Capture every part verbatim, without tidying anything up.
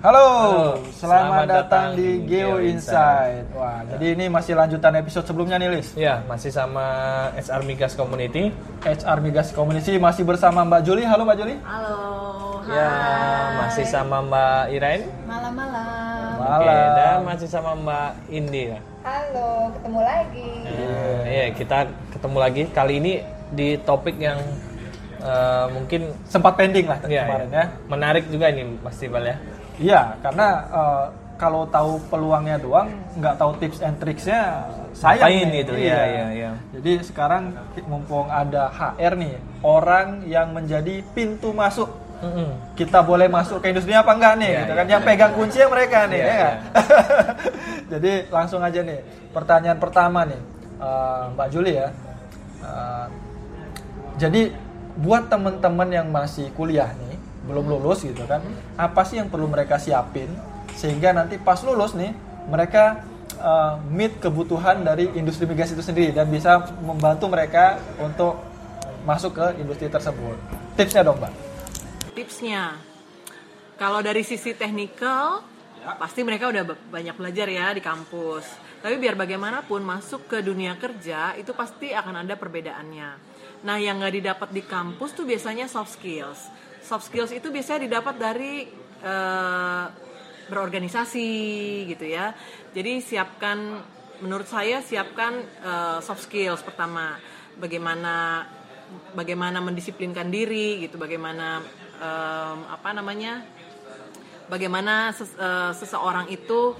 Halo, Halo, selamat, selamat datang datang di di Geo Geo Insight. Insight. Wah, ya. Jadi ini masih lanjutan episode sebelumnya nih, Lis. Ya, masih sama H R Migas Community. H R Migas Community masih bersama Mbak Juli. Halo Mbak Juli. Halo, hai. Ya, masih sama Mbak Irain. Malam-malam. Oke, Malam. dan masih sama Mbak Indi. Ya. Halo, ketemu lagi. Nah, Iya, kita ketemu lagi kali ini di topik yang eh, mungkin Sempat pending lah ya, kemarin ya, ya. menarik juga ini Mas Tibal ya. Iya, karena eh, kalau tahu peluangnya doang, nggak tahu tips and tricksnya, sayang Ngapain nih. gitu, Iya. ya, ya, ya. Jadi sekarang mumpung ada H R nih, orang yang menjadi pintu masuk. Mm-mm. Kita boleh masuk ke industri apa enggak nih, Iya, gitu iya, kan? Yang iya. pegang kuncinya mereka nih, Iya, ya iya. nggak? Jadi langsung aja nih, pertanyaan pertama nih, eh, Mbak Juli ya. Eh, jadi buat teman-teman yang masih kuliah nih, belum lulus gitu kan, apa sih yang perlu mereka siapin sehingga nanti pas lulus nih mereka eh, meet kebutuhan dari industri migas itu sendiri dan bisa membantu mereka untuk masuk ke industri tersebut. Tipsnya dong, Mbak. Tipsnya, kalau dari sisi technical, pasti mereka udah ba- banyak belajar ya di kampus. Tapi biar bagaimanapun masuk ke dunia kerja itu pasti akan ada perbedaannya. Nah, yang nggak didapat di kampus tuh biasanya soft skills. Soft skills itu biasanya didapat dari eh, berorganisasi gitu ya. Jadi siapkan, menurut saya siapkan eh, soft skills pertama. Bagaimana bagaimana mendisiplinkan diri gitu, bagaimana em, apa namanya, bagaimana ses- eh, seseorang itu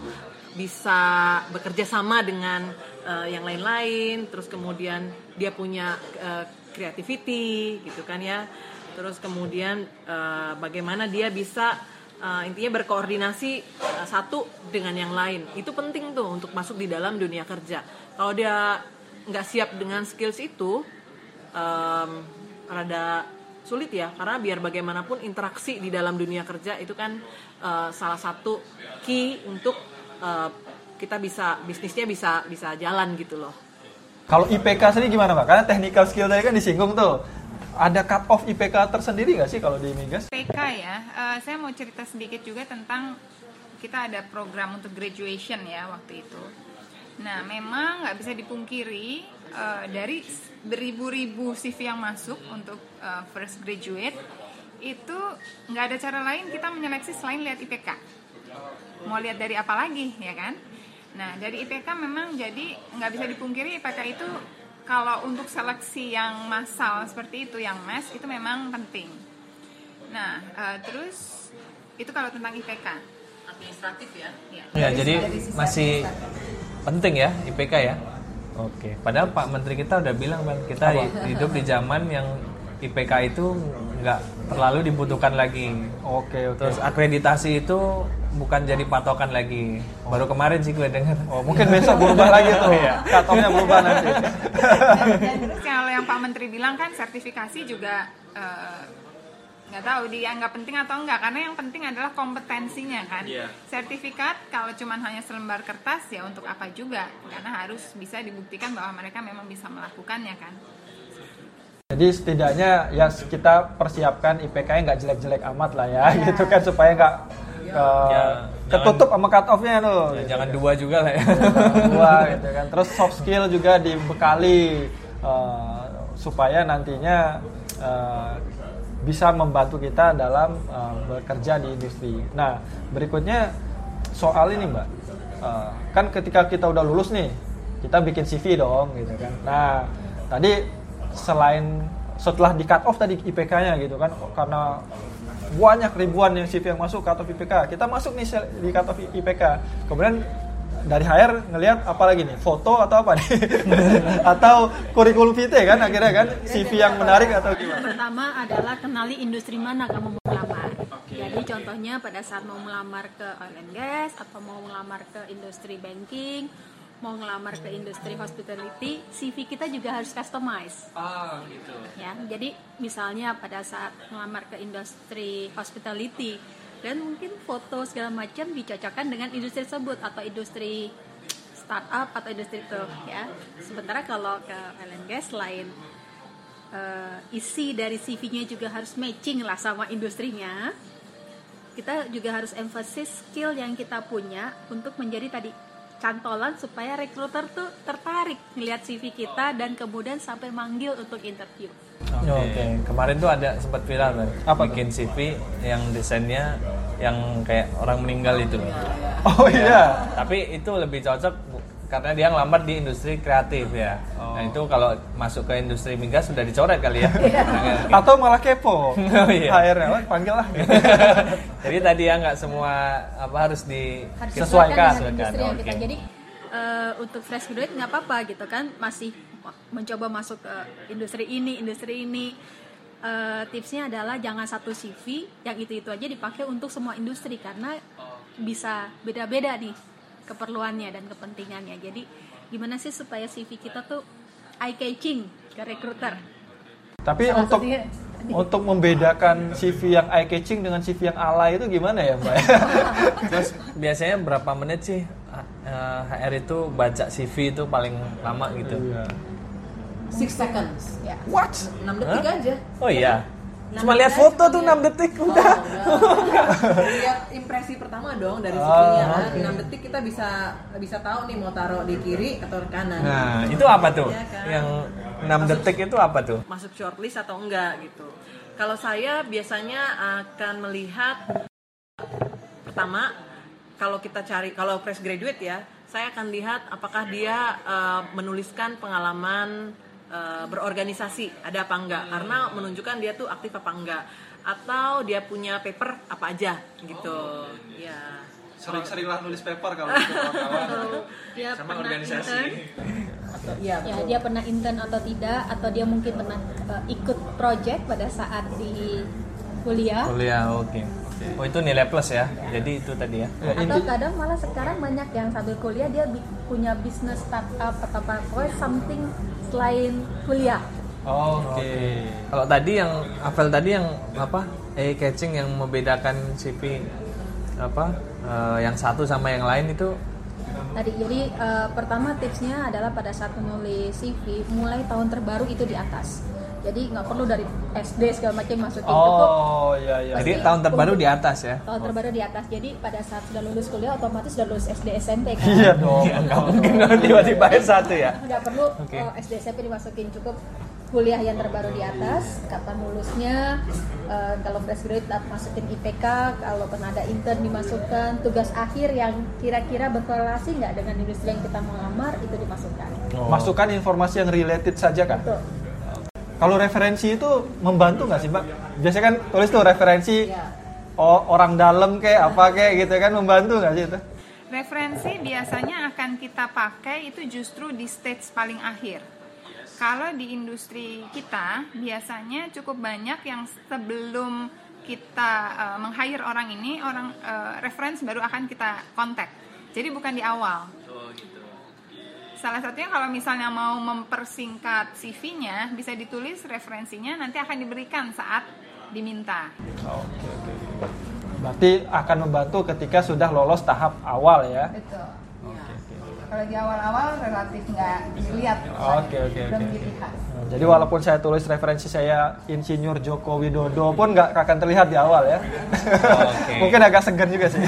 bisa bekerja sama dengan eh, yang lain-lain, terus kemudian dia punya eh, creativity gitu kan ya, terus kemudian eh, bagaimana dia bisa eh, intinya berkoordinasi eh, satu dengan yang lain. Itu penting tuh untuk masuk di dalam dunia kerja. Kalau dia nggak siap dengan skills itu, um, rada sulit ya, karena biar bagaimanapun interaksi di dalam dunia kerja itu kan uh, salah satu key untuk uh, kita bisa bisnisnya bisa bisa jalan gitu loh. Kalau I P K sendiri gimana, Mbak? Karena technical skill tadi kan disinggung tuh. Ada cut off I P K tersendiri nggak sih kalau di migas? P K ya, eh, saya mau cerita sedikit juga tentang kita ada program untuk graduation ya waktu itu. Nah, memang nggak bisa dipungkiri eh, dari beribu-ribu C V yang masuk untuk eh, first graduate itu nggak ada cara lain kita menyeleksi selain lihat I P K. Mau lihat dari apa lagi ya kan? Nah, dari I P K memang jadi nggak bisa dipungkiri I P K itu kalau untuk seleksi yang massal seperti itu, yang mass itu memang penting. Nah, eh, terus itu kalau tentang I P K. Administratif ya. Ya, Ya, dari- jadi dari sisi masih administratif. penting ya I P K ya. Oke, padahal Pak Menteri kita udah bilang Bang, kita Apa? hidup di zaman yang I P K itu nggak terlalu dibutuhkan lagi. Oke, oke. Terus akreditasi itu bukan jadi patokan lagi. Baru kemarin sih gue dengar. Oh, mungkin besok berubah lagi tuh. Iya. Cut off-nya berubah nanti. Dan terus kalau yang Pak Menteri bilang kan sertifikasi juga eh, nggak tahu dianggap penting atau enggak, karena yang penting adalah kompetensinya kan. Iya. Sertifikat kalau cuman hanya selembar kertas ya untuk apa juga, karena harus bisa dibuktikan bahwa mereka memang bisa melakukannya kan. Jadi setidaknya ya kita persiapkan I P K-nya nggak jelek-jelek amat lah ya, gitu kan, supaya nggak uh, Ya, ketutup sama cut off-nya tuh. Ya, gitu jangan kan. dua juga lah ya. Dua gitu kan. Terus soft skill juga dibekali uh, supaya nantinya uh, bisa membantu kita dalam uh, bekerja di industri. Nah, berikutnya soal ini, Mbak. Uh, kan ketika kita udah lulus nih, kita bikin C V dong gitu kan. Nah, tadi selain setelah di cut off tadi I P K-nya gitu kan, karena banyak ribuan yang C V yang masuk cut off I P K, kita masuk nih di cut off I P K, kemudian dari H R ngelihat apa lagi nih, foto atau apa nih atau kurikulum vitae kan akhirnya kan, C V yang menarik atau gimana? Pertama adalah kenali industri mana kamu mau melamar. Jadi contohnya pada saat mau melamar ke oil and gas atau mau melamar ke industri banking, mau melamar ke industri hospitality, C V kita juga harus customize. Ah, gitu. Ya, jadi misalnya pada saat melamar ke industri hospitality, dan mungkin foto segala macam dicocokkan dengan industri tersebut atau industri startup atau industri itu ya. Sementara kalau ke oil and gas selain uh, isi dari C V-nya juga harus matching lah sama industrinya. kita juga harus emphasis skill yang kita punya untuk menjadi tadi cantolan supaya recruiter tuh tertarik melihat C V kita dan kemudian sampai manggil untuk interview. Oke. Okay. Kemarin tuh ada sempat viral kan, Apa bikin tuh? C V yang desainnya yang kayak orang meninggal itu loh. Oh iya. Tapi itu lebih cocok karena dia ngelamar di industri kreatif ya. Oh. Nah itu kalau masuk ke industri migas sudah dicoret kali ya. Atau malah kepo. Oh, iya. H R-nya, oh, panggil lah. Jadi tadi ya nggak semua apa harus disesuaikan. Harus disesuaikan dengan Sesuaikan. industri yang kita. Oke. Jadi uh, untuk fresh graduate nggak apa-apa gitu kan, masih mencoba masuk ke industri ini, industri ini. Uh, tipsnya adalah jangan satu C V yang itu-itu aja dipakai untuk semua industri karena bisa beda-beda nih keperluannya dan kepentingannya. Jadi gimana sih supaya C V kita tuh eye catching ke recruiter? Tapi Salah untuk satunya- untuk membedakan C V yang eye catching dengan C V yang alay itu gimana ya, Mbak? Terus biasanya berapa menit sih uh, H R itu baca C V itu paling lama gitu? Iya. Six seconds. Ya. What? enam detik Hah? aja. Oh iya. Enam Cuma detik lihat aja, foto cuma tuh lihat. enam detik udah. Oh, enggak. Lihat impresi pertama dong dari C V-nya Oh, kan. oke. enam detik kita bisa bisa tahu nih mau taruh di kiri atau di kanan. Nah, itu apa tuh? Iya kan? Yang enam detik itu apa tuh? Masuk shortlist atau enggak gitu. Kalau saya biasanya akan melihat pertama kalau kita cari kalau fresh graduate ya, saya akan lihat apakah dia uh, menuliskan pengalaman uh, berorganisasi ada apa enggak, karena menunjukkan dia tuh aktif apa enggak, atau dia punya paper apa aja gitu. Ya. Sering-seringlah nulis paper kalau itu kawan-kawan. Dia Sama pernah organisasi. intern, Iya, ya betul. dia pernah intern atau tidak, atau dia mungkin pernah uh, ikut project pada saat di kuliah. Kuliah, oke. Oh, itu nilai plus ya. Jadi itu tadi ya. Ya, Atau inti- kadang malah sekarang banyak yang sambil kuliah dia bi- punya bisnis startup atau apa, pokoknya something selain kuliah. Oke. Kalau tadi yang Avel tadi yang apa? Eye catching yang membedakan C V apa? eh, yang satu sama yang lain itu Tadi jadi eh, pertama tipsnya adalah pada saat menulis C V mulai tahun terbaru itu di atas. Jadi nggak perlu dari S D segala macam masukin, cukup Oh, iya iya. jadi Pasti tahun terbaru untuk- di atas ya. tahun terbaru di atas. Jadi pada saat sudah lulus kuliah otomatis sudah lulus S D S M P kan. Iya dong. Ya, nggak mungkin kalau tiba-tiba S satu ya. Nggak perlu Oke. eh, S D S M P dimasukin, cukup kuliah yang terbaru di atas, kapan lulusnya, eh, kalau fresh graduate masukin I P K, kalau pernah ada intern dimasukkan, tugas akhir yang kira-kira berkorelasi nggak dengan industri yang kita mau lamar itu dimasukkan. Masukkan informasi yang related saja kan. Betul. Kalau referensi itu membantu nggak sih, Mbak? Biasanya kan tulis tuh referensi Iya. oh, orang dalam kayak apa kayak gitu kan, membantu nggak sih itu? Referensi biasanya akan kita pakai itu justru di stage paling akhir. Kalau di industri kita biasanya cukup banyak yang sebelum kita uh, meng-hire orang ini, orang uh, reference baru akan kita kontak. Jadi bukan di awal. Salah satunya kalau misalnya mau mempersingkat C V-nya, bisa ditulis referensinya nanti akan diberikan saat diminta. Oke oke. Berarti akan membantu ketika sudah lolos tahap awal ya. Betul. Oke oke. Kalau di awal-awal relatif nggak dilihat. Oke oke Belum oke. dilihat. Nah, jadi walaupun saya tulis referensi saya Insinyur Joko Widodo pun nggak akan terlihat di awal ya. Oke. Mungkin agak segan juga sih.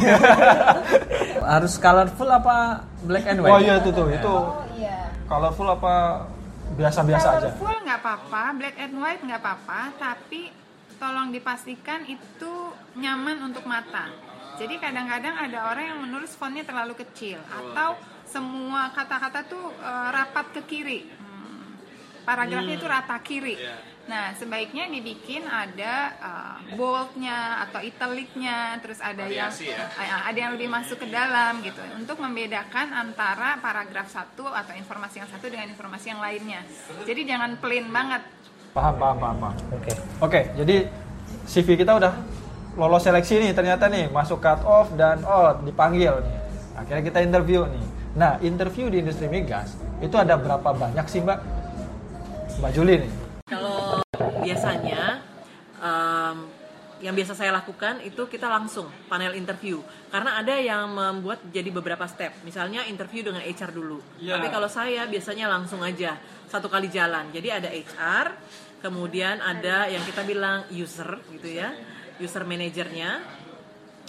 Harus colorful apa black and white? Oh iya itu tuh, itu Oh iya. colorful apa biasa-biasa aja. Colorful nggak apa-apa, black and white nggak apa-apa, tapi tolong dipastikan itu nyaman untuk mata. Jadi kadang-kadang ada orang yang menulis fontnya terlalu kecil atau semua kata-kata tuh eh, rapat ke kiri. Hmm, paragrafnya itu rata kiri. Nah, sebaiknya dibikin ada uh, boldnya atau italicnya, terus ada yang uh, ada yang lebih masuk ke dalam gitu, untuk membedakan antara paragraf satu atau informasi yang satu dengan informasi yang lainnya. Jadi jangan plain banget. Paham paham paham. paham. Oke. Oke, jadi C V kita udah lolos seleksi nih ternyata nih, masuk cut off dan oh dipanggil nih. Akhirnya kita interview nih. Nah, interview di industri migas itu ada berapa banyak sih, Mbak? Mbak Juli nih. Kalau biasanya um, yang biasa saya lakukan itu kita langsung panel interview, karena ada yang membuat jadi beberapa step, misalnya interview dengan H R dulu. Yeah. Tapi kalau saya biasanya langsung aja satu kali jalan. Jadi ada H R, kemudian ada yang kita bilang user gitu ya, user manajernya,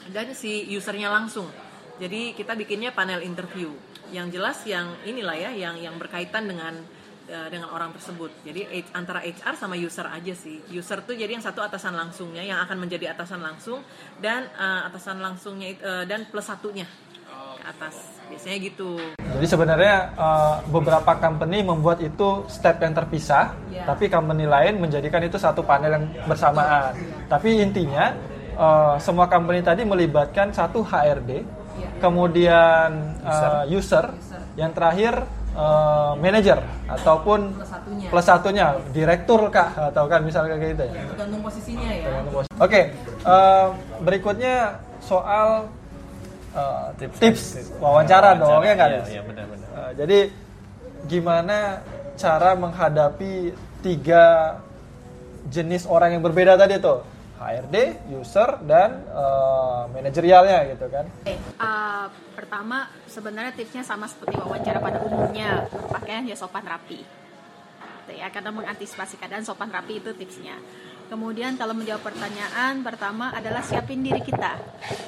dan si usernya langsung. Jadi kita bikinnya panel interview. Yang jelas yang inilah ya, yang yang berkaitan dengan uh, dengan orang tersebut. Jadi H, antara H R sama user aja sih. User tuh jadi yang satu atasan langsungnya yang akan menjadi atasan langsung, dan uh, atasan langsungnya uh, dan plus satunya ke atas. Biasanya gitu. Jadi sebenarnya uh, beberapa company membuat itu step yang terpisah, Ya. tapi company lain menjadikan itu satu panel yang bersamaan. Tapi intinya uh, semua company tadi melibatkan satu H R D, Ya. kemudian uh, user, yang terakhir uh, manager ataupun Plus satunya. plus satunya direktur kah atau kan misalnya kayak gitu ya. Tergantung posisinya ya. Oke, uh, berikutnya soal uh, tips, tips wawancara, wawancara dong ya kan. Iya, iya benar-benar. Uh, jadi gimana cara menghadapi tiga jenis orang yang berbeda tadi tuh, H R D, user, dan uh, manajerialnya gitu kan. Oke, uh, pertama sebenarnya tipsnya sama seperti wawancara pada umumnya, berpakaian ya sopan rapi. Gitu ya, karena mengantisipasi keadaan sopan rapi itu tipsnya. Kemudian kalau menjawab pertanyaan, pertama adalah siapin diri kita.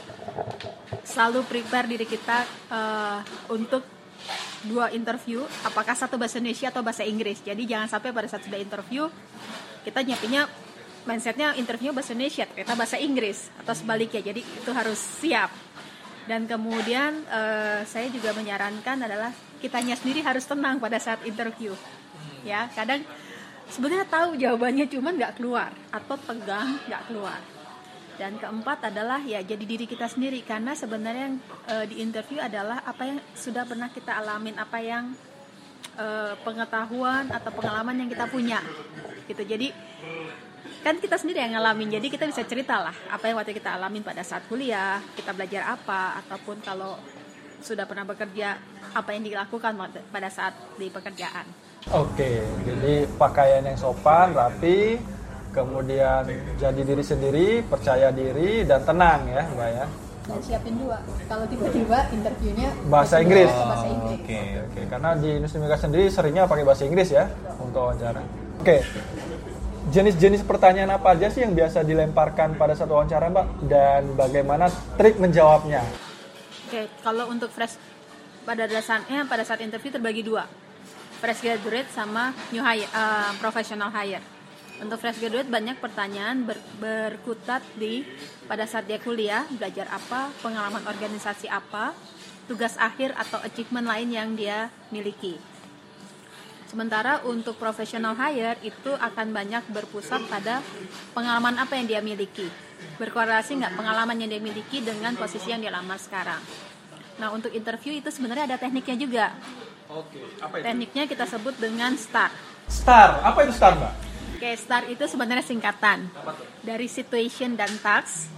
Selalu prepare diri kita uh, untuk dua interview, apakah satu bahasa Indonesia atau bahasa Inggris. Jadi jangan sampai pada saat sudah interview kita nyiapinnya mindsetnya interview bahasa Indonesia, ternyata bahasa Inggris atau sebaliknya. Jadi itu harus siap. Dan kemudian uh, saya juga menyarankan adalah kitanya sendiri harus tenang pada saat interview. Ya, kadang sebenarnya tahu jawabannya cuman nggak keluar atau tegang nggak keluar. Dan keempat adalah ya jadi diri kita sendiri, karena sebenarnya yang uh, di interview adalah apa yang sudah pernah kita alamin, apa yang uh, pengetahuan atau pengalaman yang kita punya gitu. Jadi kan kita sendiri yang ngalamin, jadi kita bisa cerita lah apa yang waktu kita alamin pada saat kuliah, kita belajar apa, ataupun kalau sudah pernah bekerja apa yang dilakukan pada saat di pekerjaan. Oke, jadi pakaian yang sopan, rapi, kemudian jadi diri sendiri, percaya diri, dan tenang ya Mbak ya. Dan siapin dua. Kalau tiba-tiba interviewnya Bahasa Inggris. Oh, bahasa Inggris. Oke. Oke, karena di industri mereka sendiri seringnya pakai bahasa Inggris ya untuk wawancara. Oke, jenis-jenis pertanyaan apa aja sih yang biasa dilemparkan pada saat wawancara Mbak? Dan bagaimana trik menjawabnya? Oke, kalau untuk fresh pada dasarnya pada saat interview terbagi dua, fresh graduate sama new hire, uh, professional hire. Untuk fresh graduate banyak pertanyaan ber, berkutat di pada saat dia kuliah, belajar apa, pengalaman organisasi apa, tugas akhir atau achievement lain yang dia miliki. Sementara untuk professional hire itu akan banyak berpusat pada pengalaman apa yang dia miliki. Berkorelasi nggak pengalaman yang dia miliki dengan posisi yang dia lamar sekarang. Nah, untuk interview itu sebenarnya ada tekniknya juga. Oke, apa itu? Tekniknya kita sebut dengan STAR. STAR, apa itu STAR Mbak? Oke, STAR itu sebenarnya singkatan dari situation dan task,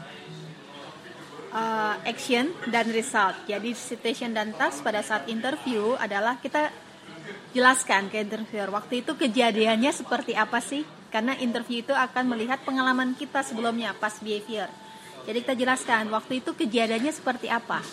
uh, action dan result. Jadi situation dan task pada saat interview adalah kita jelaskan ke interviewer waktu itu kejadiannya seperti apa sih, karena interview itu akan melihat pengalaman kita sebelumnya past behavior. Jadi kita jelaskan waktu itu kejadiannya seperti apa,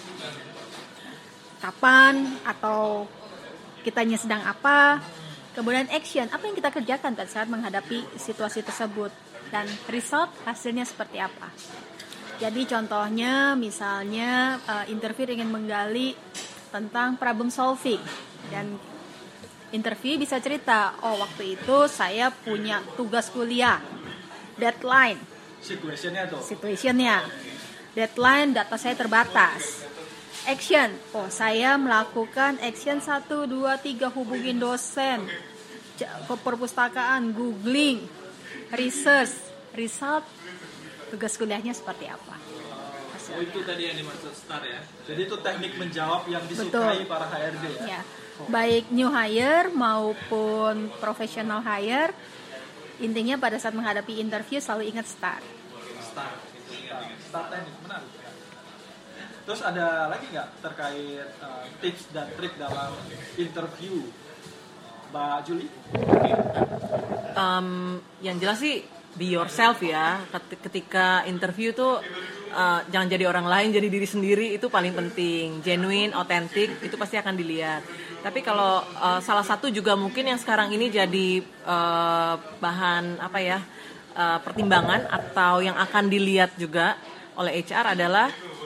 kapan atau kitanya sedang apa. Kemudian action, apa yang kita kerjakan pada saat menghadapi situasi tersebut, dan result hasilnya seperti apa. Jadi contohnya misalnya uh, interview ingin menggali tentang problem solving, dan interview bisa cerita, oh waktu itu saya punya tugas kuliah, deadline, Situationnya tuh. situationnya, deadline, data saya terbatas. Action, oh saya melakukan action satu, dua, tiga, hubungin dosen, ke perpustakaan, googling, research, result, tugas kuliahnya seperti apa. Oh, itu tadi yang dimaksud STAR ya. Jadi itu teknik menjawab yang Betul. disukai para H R D ya? Ya, baik new hire maupun professional hire, intinya pada saat menghadapi interview selalu ingat STAR. STAR. STAR teknik, menarik. Terus ada lagi nggak terkait uh, tips dan trik dalam interview, Mbak Julie? Um, yang jelas sih be yourself ya. Ketika interview tuh uh, jangan jadi orang lain, jadi diri sendiri, itu paling penting. Genuine, otentik, itu pasti akan dilihat. Tapi kalau uh, salah satu juga mungkin yang sekarang ini jadi uh, bahan apa ya uh, pertimbangan atau yang akan dilihat juga oleh H R adalah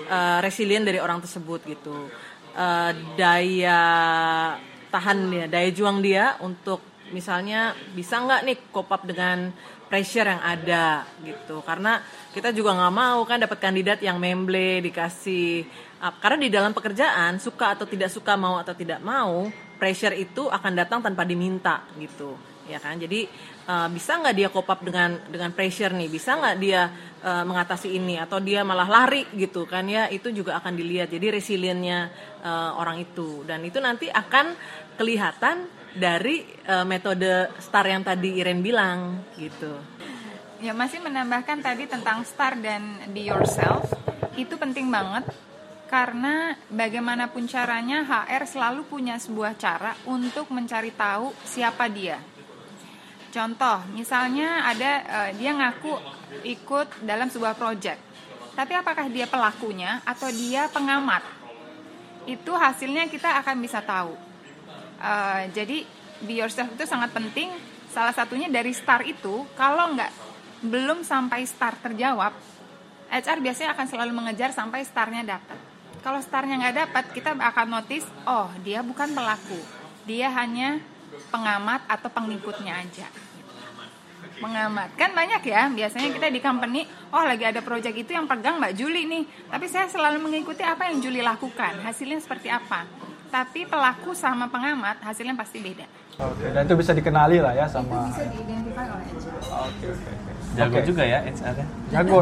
uh, resilient dari orang tersebut gitu, uh, daya tahan dia, daya juang dia untuk misalnya bisa nggak nih cope up dengan pressure yang ada gitu. Karena kita juga nggak mau kan dapat kandidat yang memble, dikasih uh, karena di dalam pekerjaan suka atau tidak suka, mau atau tidak mau, pressure itu akan datang tanpa diminta gitu ya kan. Jadi uh, bisa nggak dia cope up dengan dengan pressure nih, bisa nggak dia uh, mengatasi ini, atau dia malah lari gitu kan ya, itu juga akan dilihat. Jadi resilientnya uh, orang itu, dan itu nanti akan kelihatan dari uh, metode STAR yang tadi Iren bilang gitu. Ya, masih menambahkan tadi tentang STAR dan be yourself, itu penting banget. Karena bagaimanapun caranya H R selalu punya sebuah cara untuk mencari tahu siapa dia. Contoh, misalnya ada uh, dia ngaku ikut dalam sebuah proyek, tapi apakah dia pelakunya atau dia pengamat? Itu hasilnya kita akan bisa tahu. Uh, jadi be yourself itu sangat penting. Salah satunya dari STAR itu, kalau nggak belum sampai STAR terjawab, H R biasanya akan selalu mengejar sampai STAR-nya dapat. Kalau STAR-nya nggak dapat, kita akan notice, oh dia bukan pelaku, dia hanya pengamat atau pengikutnya aja. Pengamat kan banyak ya, biasanya kita di company, oh lagi ada proyek itu yang pegang Mbak Juli nih, tapi saya selalu mengikuti apa yang Juli lakukan, hasilnya seperti apa. Tapi pelaku sama pengamat hasilnya pasti beda. Oke, dan itu bisa dikenali lah ya sama. Itu bisa diidentifikasi oleh H R. Oke, oke, oke. Jago Oke. juga ya H R-nya. Jago.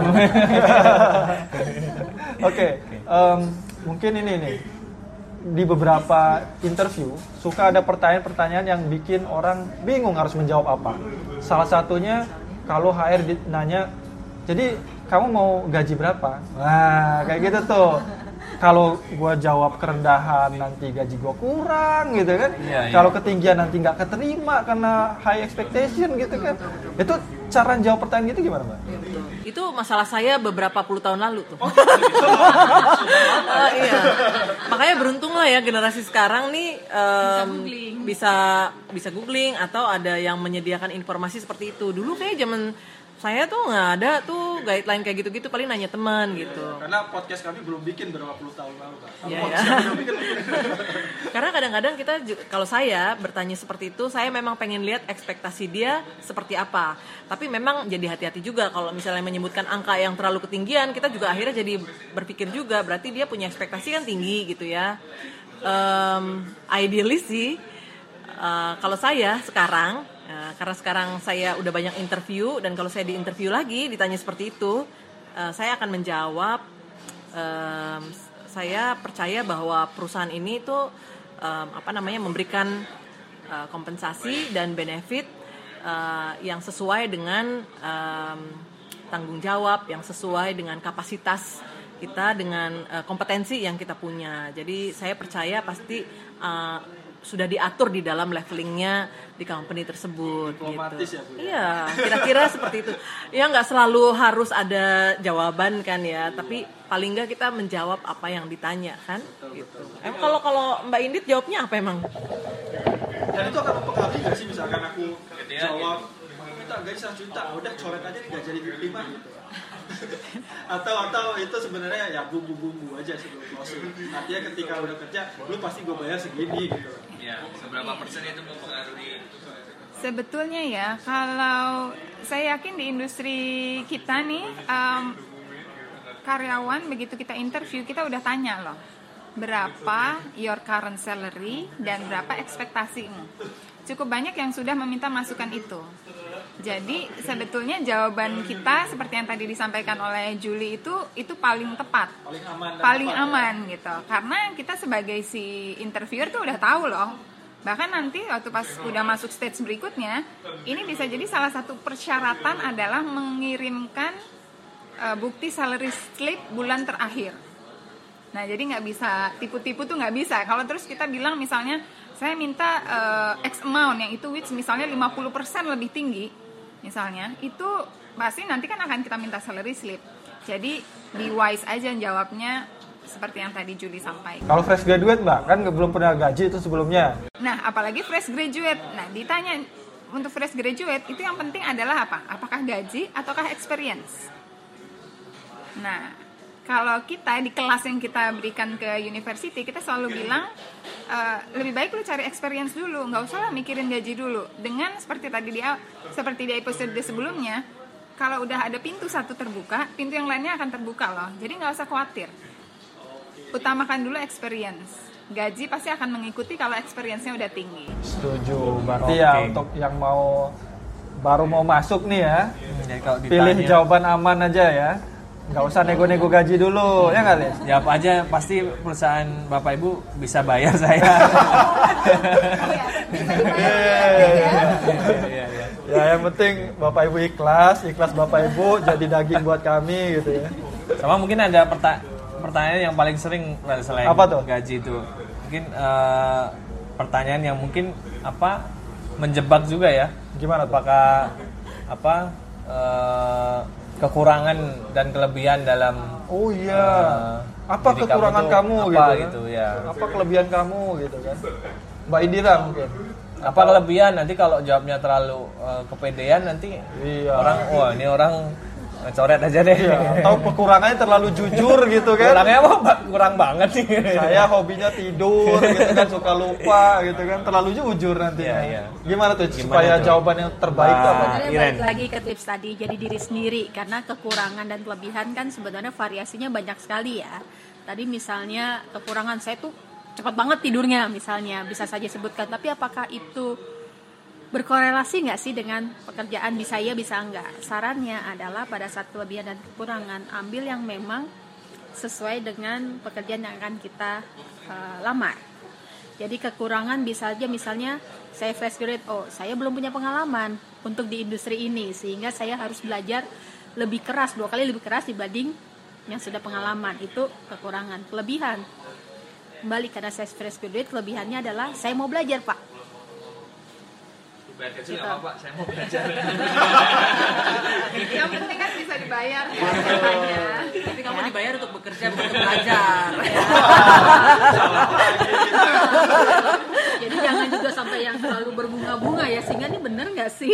Oke, em, mungkin ini nih, di beberapa interview suka ada pertanyaan-pertanyaan yang bikin orang bingung harus menjawab apa. Salah satunya kalau H R nanya, jadi kamu mau gaji berapa? Nah, kayak gitu tuh. Kalau gue jawab kerendahan nanti gaji gue kurang gitu kan. Iya, iya. Kalau ketinggian nanti nggak keterima karena high expectation gitu kan. Itu cara jawab pertanyaan gitu gimana, Mbak? Itu masalah saya beberapa puluh tahun lalu tuh. Oh, iya. Makanya beruntung lah ya generasi sekarang nih um, bisa bisa googling atau ada yang menyediakan informasi seperti itu. Dulu kayak zaman saya tuh nggak ada tuh guideline kayak gitu-gitu, paling nanya teman gitu. Karena podcast kami belum bikin berapa puluh tahun lalu, Pak. Iya, ya. Karena kadang-kadang kita, kalau saya bertanya seperti itu, saya memang pengen lihat ekspektasi dia seperti apa. Tapi memang jadi hati-hati juga kalau misalnya menyebutkan angka yang terlalu ketinggian, kita juga akhirnya jadi berpikir juga, berarti dia punya ekspektasi kan tinggi gitu ya. Um, idealis sih, uh, kalau saya sekarang, uh, karena sekarang saya udah banyak interview, dan kalau saya diinterview lagi, ditanya seperti itu, uh, saya akan menjawab, um, saya percaya bahwa perusahaan ini tuh um, apa namanya memberikan uh, kompensasi dan benefit uh, yang sesuai dengan um, tanggung jawab, yang sesuai dengan kapasitas kita, dengan uh, kompetensi yang kita punya. Jadi saya percaya pasti uh, sudah diatur di dalam levelingnya di company tersebut. Diplomatis gitu. ya, Bu? Iya, kira-kira seperti itu. Ya nggak selalu harus ada jawaban kan ya, tapi paling nggak kita menjawab apa yang ditanya kan. Betul, gitu. Betul. Emang kalau kalau Mbak Indit jawabnya apa emang? Dan itu akan mempengaruhi nggak sih, misalkan aku jawab minta gaji seratus juta, udah coret aja nih, gak jadi lima gitu. atau atau itu sebenarnya ya bumbu-bumbu aja sebelum closing. Artinya ketika udah kerja, lu pasti gue bayar segini gitu. Ya, seberapa persen itu mempengaruhi? Sebetulnya ya, kalau saya yakin di industri kita nih, um, karyawan begitu kita interview, kita udah tanya loh, berapa your current salary dan berapa ekspektasimu. Cukup banyak yang sudah meminta masukan itu. Jadi sebetulnya jawaban kita seperti yang tadi disampaikan oleh Julie itu itu paling tepat, paling aman, paling tepat, aman ya? Gitu. Karena kita sebagai si interviewer tuh udah tahu loh. Bahkan nanti waktu pas udah masuk stage berikutnya, ini bisa jadi salah satu persyaratan adalah mengirimkan uh, bukti salary slip bulan terakhir. Nah jadi nggak bisa tipu-tipu tuh nggak bisa. Kalau terus kita bilang misalnya saya minta uh, X amount yang itu which misalnya lima puluh persen lebih tinggi misalnya, itu pasti nanti kan akan kita minta salary slip. Jadi be wise aja jawabnya seperti yang tadi Julie sampaikan. Kalau fresh graduate, Mbak, kan belum pernah gaji itu sebelumnya. Nah, apalagi fresh graduate. Nah, ditanya untuk fresh graduate itu yang penting adalah apa? Apakah gaji ataukah experience? Nah, kalau kita di kelas yang kita berikan ke university, kita selalu bilang uh, lebih baik lu cari experience dulu, nggak usah lah mikirin gaji dulu. Dengan seperti tadi dia, seperti di episode sebelumnya, kalau udah ada pintu satu terbuka, pintu yang lainnya akan terbuka loh. Jadi nggak usah khawatir. Utamakan dulu experience. Gaji pasti akan mengikuti kalau experience-nya udah tinggi. Setuju. Berarti Oke. ya untuk yang mau baru mau masuk nih ya, Hmm, jadi kalau pilih ditanya, jawaban aman aja ya. Nggak usah nego-nego gaji dulu, ya nggak, Lis? jawab aja, pasti perusahaan Bapak Ibu bisa bayar saya. Iya, iya. Ya yang penting Bapak Ibu ikhlas, ikhlas Bapak Ibu jadi daging buat kami gitu ya. Sama mungkin ada perta- pertanyaan yang paling sering selain Apa tuh? gaji itu. Mungkin eh, pertanyaan yang mungkin apa menjebak juga ya. Gimana tuh? Apakah apa eh, kekurangan dan kelebihan dalam Oh iya. eh, Apa diri kekurangan tuh kamu, apa gitu, kan? gitu ya. Apa kelebihan kamu gitu kan? Mbak Indira mungkin. Apa kelebihan nanti kalau jawabnya terlalu eh, kepedean nanti Iya. orang wah ini orang eh, coret aja deh. Iya, atau kekurangannya terlalu jujur gitu kan. Kurangnya apa Ba- kurang banget sih. Saya hobinya tidur gitu kan, suka lupa gitu kan, terlalu jujur nantinya. Iya, iya. Gimana tuh Gimana supaya tuh? jawaban yang terbaik tuh apa? Nah, Sebenarnya Iren. balik lagi ke tips tadi, jadi diri sendiri, karena kekurangan dan kelebihan kan sebenarnya variasinya banyak sekali ya. Tadi misalnya kekurangan saya tuh cepat banget tidurnya misalnya, bisa saja sebutkan, tapi apakah itu berkorelasi nggak sih dengan pekerjaan, bisa iya bisa enggak? Sarannya adalah pada saat kelebihan dan kekurangan, ambil yang memang sesuai dengan pekerjaan yang akan kita uh, lamar. Jadi kekurangan bisa aja misalnya saya fresh graduate, oh saya belum punya pengalaman untuk di industri ini, sehingga saya harus belajar lebih keras, dua kali lebih keras dibanding yang sudah pengalaman. Itu kekurangan. Kelebihan, kembali karena saya fresh graduate, kelebihannya adalah saya mau belajar Pak. Bayar kecil Gitu. nggak apa-apa, saya mau belajar. Yang penting kan bisa dibayar ya katanya. Tapi kamu dibayar untuk bekerja, bukan untuk belajar. Jadi jangan juga sampai yang terlalu berbunga-bunga ya, sehingga ini bener nggak sih?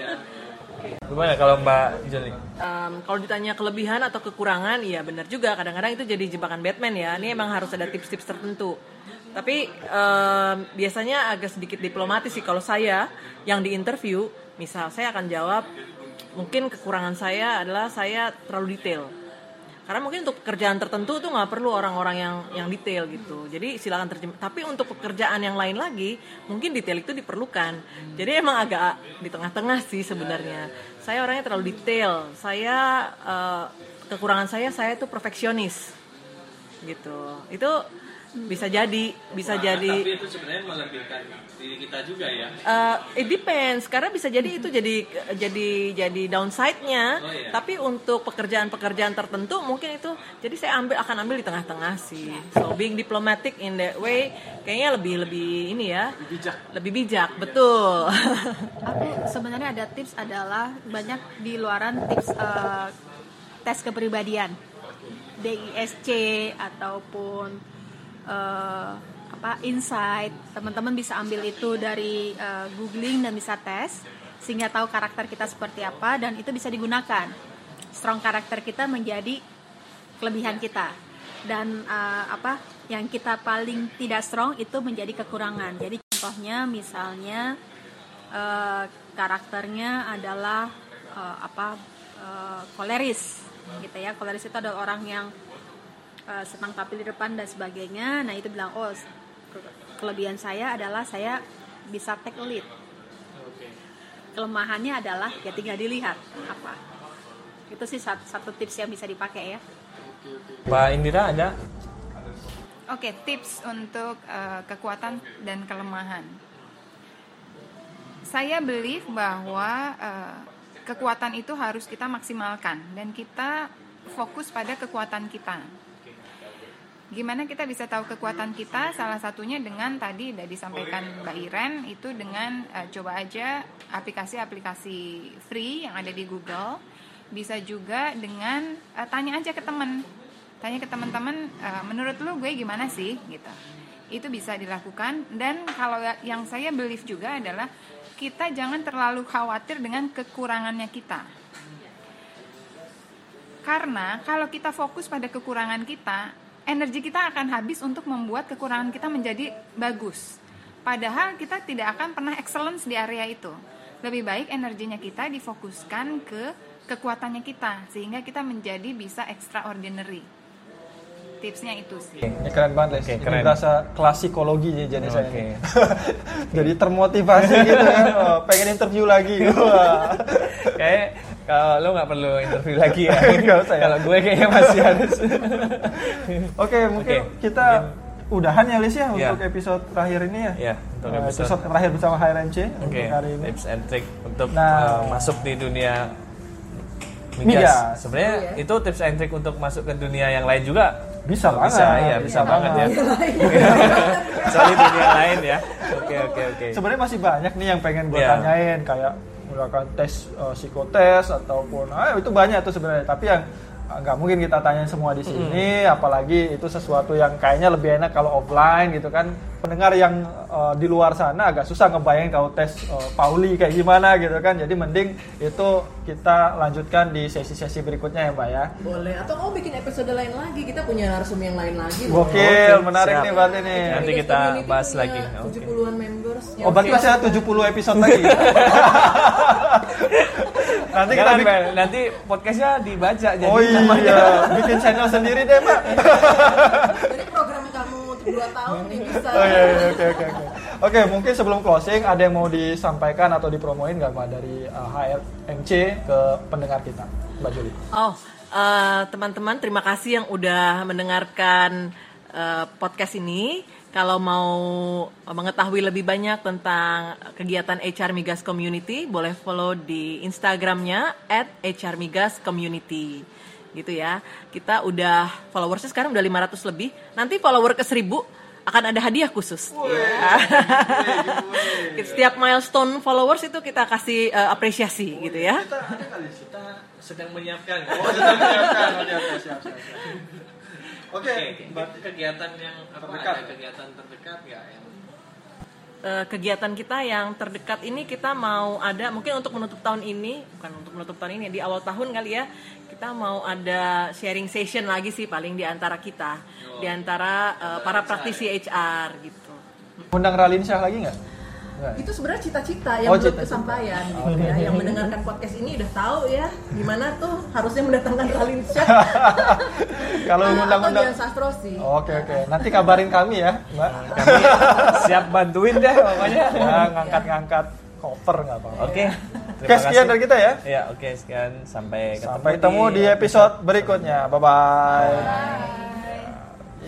Gimana kalau Mbak Jeli? Um, kalau ditanya kelebihan atau kekurangan, iya benar juga. Kadang-kadang itu jadi jebakan Batman ya. Ini emang harus ada tips-tips tertentu. Tapi um, biasanya agak sedikit diplomatis sih kalau saya yang diinterview. Misal saya akan jawab, mungkin kekurangan saya adalah saya terlalu detail. Karena mungkin untuk pekerjaan tertentu tuh nggak perlu orang-orang yang yang detail gitu. Jadi silakan terjem. Tapi untuk pekerjaan yang lain lagi, mungkin detail itu diperlukan. Jadi emang agak di tengah-tengah sih sebenarnya. Saya orangnya terlalu detail. Saya uh, kekurangan saya saya tuh perfeksionis gitu. Itu bisa jadi, bisa jadi. Tapi itu sebenarnya melebihkan diri kita juga ya. Uh, it depends, karena bisa jadi itu jadi jadi jadi downside-nya. Oh, iya. Tapi untuk pekerjaan-pekerjaan tertentu mungkin itu, jadi saya ambil akan ambil di tengah-tengah sih. So being diplomatic in that way kayaknya lebih lebih ini ya. Lebih bijak. Lebih bijak, betul. Aku sebenarnya ada tips, adalah banyak di luaran tips uh, tes kepribadian, D I S C ataupun uh, apa insight. Teman-teman bisa ambil itu dari uh, googling dan bisa tes sehingga tahu karakter kita seperti apa, dan itu bisa digunakan. Strong karakter kita menjadi kelebihan kita, dan uh, apa yang kita paling tidak strong itu menjadi kekurangan. Jadi contohnya misalnya uh, karakternya adalah uh, apa uh, koleris gitu ya. Koleris itu adalah orang yang uh, senang tampil di depan dan sebagainya. Nah itu bilang, oh kelebihan saya adalah saya bisa take a lead. Kelemahannya adalah ya tinggal dilihat apa. Itu sih satu, satu tips yang bisa dipakai ya. Mbak Indira ada? Oke, tips untuk uh, kekuatan dan kelemahan. Saya believe bahwa uh, kekuatan itu harus kita maksimalkan dan kita fokus pada kekuatan kita. Gimana kita bisa tahu kekuatan kita? Salah satunya dengan tadi sudah disampaikan Mbak Iren, itu dengan uh, coba aja aplikasi-aplikasi free yang ada di Google. Bisa juga dengan uh, tanya aja ke teman. Tanya ke teman-teman, uh, menurut lu gue gimana sih? Gitu. Itu bisa dilakukan. Dan kalau yang saya believe juga adalah kita jangan terlalu khawatir dengan kekurangannya kita. Karena kalau kita fokus pada kekurangan kita, energi kita akan habis untuk membuat kekurangan kita menjadi bagus. Padahal kita tidak akan pernah excellence di area itu. Lebih baik energinya kita difokuskan ke kekuatannya kita, sehingga kita menjadi bisa extraordinary. Tipsnya itu sih. Ini keren banget, Les. Oke, Ini keren. berasa klasikologi nih jadi saya. Oke. nih. Jadi termotivasi gitu kan. Oh, pengen interview lagi. Wah. Kayak kalau lo nggak perlu interview lagi ya. Nggak usah ya. Kalau gue kayaknya masih harus. Oke, mungkin Oke, kita udahan ya, Les ya, Ya. untuk episode terakhir ini ya. Ya, untuk Eh, episode- episode terakhir bersama H R M C Oke, untuk hari ini. tips and trick untuk Nah. uh, masuk di dunia migas. Migas. Sebenarnya Oh, ya. itu tips and trick untuk masuk ke dunia yang lain juga. Bisa banget. Bisa, ya, bisa Iya, banget ya. banget. Soalnya dunia lain ya. Oke, oke, oke. Sebenarnya masih banyak nih yang pengen gue Iya. tanyain, kayak melakukan tes uh, psikotes ataupun ah, itu banyak tuh sebenarnya, tapi yang ah, nggak mungkin kita tanyain semua di sini, apalagi itu sesuatu yang kayaknya lebih enak kalau offline gitu kan. Pendengar yang uh, di luar sana agak susah ngebayangin kalau tes uh, Pauli kayak gimana gitu kan. Jadi mending itu kita lanjutkan di sesi-sesi berikutnya ya, Mbak ya. Boleh, atau mau bikin episode lain lagi, kita punya narasumber yang lain lagi. Gokil, Oke, menarik siap. nih berarti nih. Nanti kita bahas lagi. Oke. tujuh puluhan members. Oh, berarti masih ada tujuh puluh episode lagi. Nanti kita Jangan, bikin. Bel. Nanti podcastnya dibaca jadi Oh iya, bikin channel sendiri deh, Mbak. Jadi program kamu untuk dua tahun nih bisa. Oh iya, iya, oke oke oke. Oke, mungkin sebelum closing ada yang mau disampaikan atau dipromoin nggak, Mbak, dari uh, H R M C ke pendengar kita, Mbak Juli? Oh, eh, teman-teman, terima kasih yang udah mendengarkan eh, podcast ini. Kalau mau mengetahui lebih banyak tentang kegiatan H R Migas Community, boleh follow di Instagramnya at H R Migas Community. Gitu ya. Kita udah followersnya sekarang udah lima ratus lebih. Nanti follower ke seribu akan ada hadiah khusus. Ya. Setiap milestone followers itu kita kasih eh, apresiasi gitu ya. kita sedang menyiapkan. Oh, sudah menyiapkan. Oke, oke, siap, siap, siap. Oke, Oke, kegiatan yang apa? Terdekat. Ada kegiatan terdekat nggak yang Eh, kegiatan kita yang terdekat ini kita mau ada mungkin untuk menutup tahun ini, bukan untuk menutup tahun ini, di awal tahun kali ya, kita mau ada sharing session lagi sih paling di antara kita, di antara eh, para praktisi H R gitu. undang Ralinsyah lagi nggak? Nggak. Itu sebenarnya cita-cita yang Oh, belum cita-cita. kesampaian gitu ya. Yang mendengarkan podcast ini udah tahu ya gimana tuh harusnya mendatangkan Ralinsyah. Kalau Atau undang-undang. Dian Sastro sih. Oke oke, nanti kabarin kami ya, Mbak. kami siap bantuin deh pokoknya. Ya, ngangkat-ngangkat koper nggak apa-apa. Oke. Oke, sekian dari kita ya. Ya, oke, sekian sampai ketemu Sampai ketemu di episode berikutnya. Bye bye.